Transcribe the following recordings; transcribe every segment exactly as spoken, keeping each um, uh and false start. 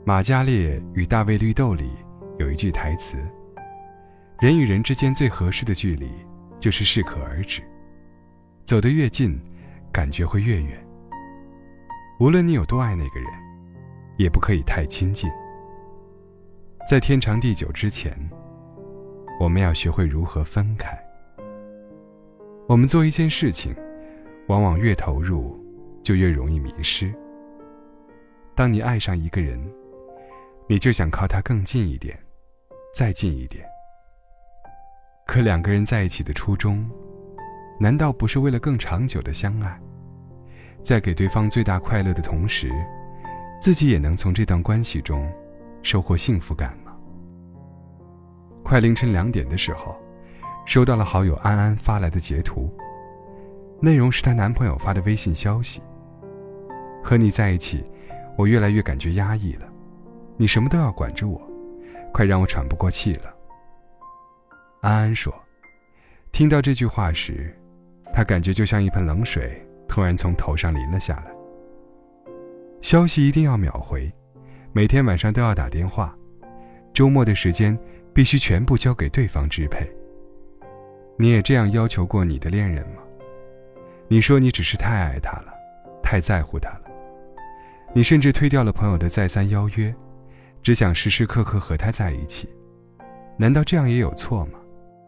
马加列与大卫绿豆里有一句台词：人与人之间最合适的距离就是适可而止，走得越近，感觉会越远。无论你有多爱那个人，也不可以太亲近。在天长地久之前，我们要学会如何分开。我们做一件事情，往往越投入，就越容易迷失。当你爱上一个人，你就想靠他更近一点，再近一点。可两个人在一起的初衷，难道不是为了更长久的相爱，在给对方最大快乐的同时，自己也能从这段关系中收获幸福感吗？快凌晨两点的时候，收到了好友安安发来的截图，内容是她男朋友发的微信消息：和你在一起，我越来越感觉压抑了，你什么都要管着我，快让我喘不过气了。安安说，听到这句话时，她感觉就像一盆冷水突然从头上淋了下来。消息一定要秒回，每天晚上都要打电话，周末的时间必须全部交给对方支配。你也这样要求过你的恋人吗？你说你只是太爱他了，太在乎他了。你甚至推掉了朋友的再三邀约，只想时时刻刻和他在一起。难道这样也有错吗？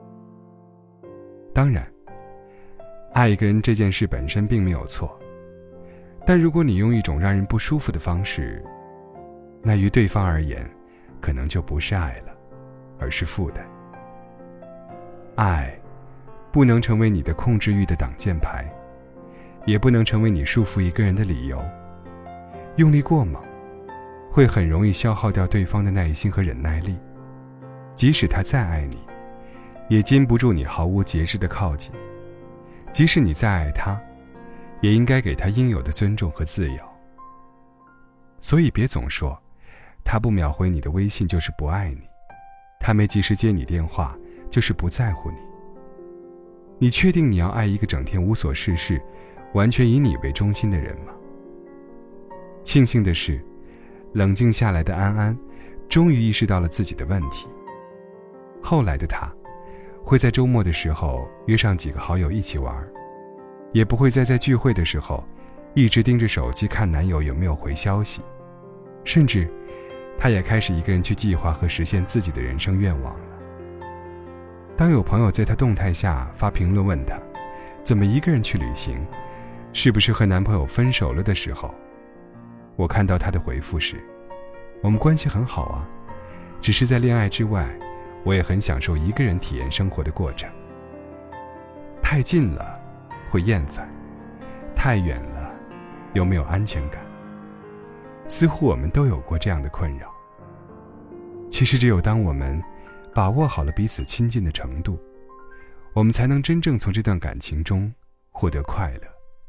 当然，爱一个人这件事本身并没有错，但如果你用一种让人不舒服的方式，那于对方而言，可能就不是爱了，而是负担。爱不能成为你的控制欲的挡箭牌，也不能成为你束缚一个人的理由。用力过猛，会很容易消耗掉对方的耐心和忍耐力，即使他再爱你，也禁不住你毫无节制的靠近。即使你再爱他，也应该给他应有的尊重和自由。所以别总说他不秒回你的微信就是不爱你，他没及时接你电话就是不在乎你。你确定你要爱一个整天无所事事，完全以你为中心的人吗？庆幸的是，冷静下来的安安终于意识到了自己的问题。后来的她会在周末的时候约上几个好友一起玩，也不会再在聚会的时候一直盯着手机看男友有没有回消息。甚至她也开始一个人去计划和实现自己的人生愿望了。当有朋友在她动态下发评论问她怎么一个人去旅行，是不是和男朋友分手了的时候，我看到她的回复是：我们关系很好啊，只是在恋爱之外，我也很享受一个人体验生活的过程。太近了会厌烦，太远了又没有安全感。似乎我们都有过这样的困扰。其实只有当我们把握好了彼此亲近的程度，我们才能真正从这段感情中获得快乐。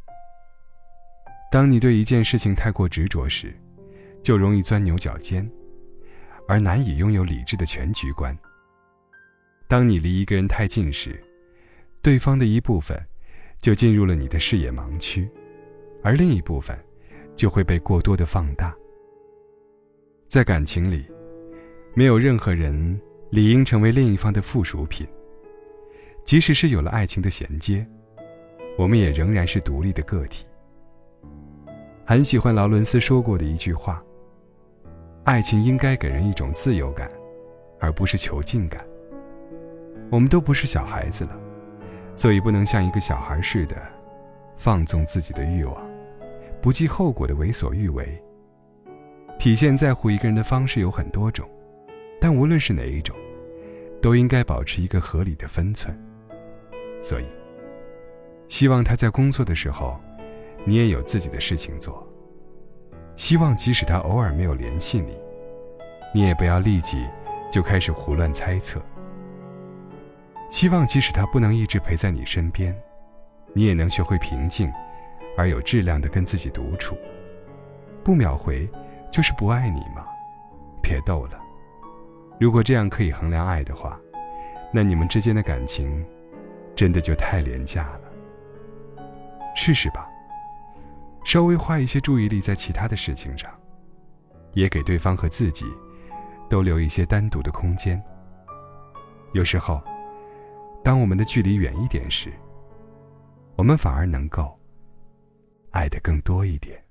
当你对一件事情太过执着时，就容易钻牛角尖，而难以拥有理智的全局观。当你离一个人太近时，对方的一部分就进入了你的视野盲区，而另一部分就会被过多的放大。在感情里，没有任何人理应成为另一方的附属品。即使是有了爱情的衔接，我们也仍然是独立的个体。很喜欢劳伦斯说过的一句话：爱情应该给人一种自由感，而不是囚禁感。我们都不是小孩子了，所以不能像一个小孩似的放纵自己的欲望，不计后果的为所欲为。体现在乎一个人的方式有很多种，但无论是哪一种，都应该保持一个合理的分寸。所以希望他在工作的时候你也有自己的事情做，希望即使他偶尔没有联系你，你也不要立即就开始胡乱猜测。希望即使他不能一直陪在你身边，你也能学会平静而有质量地跟自己独处。不秒回就是不爱你吗？别逗了。如果这样可以衡量爱的话，那你们之间的感情真的就太廉价了。试试吧，稍微花一些注意力在其他的事情上， 也给对方和自己都留一些单独的空间。有时候，当我们的距离远一点时，我们反而能够爱得更多一点。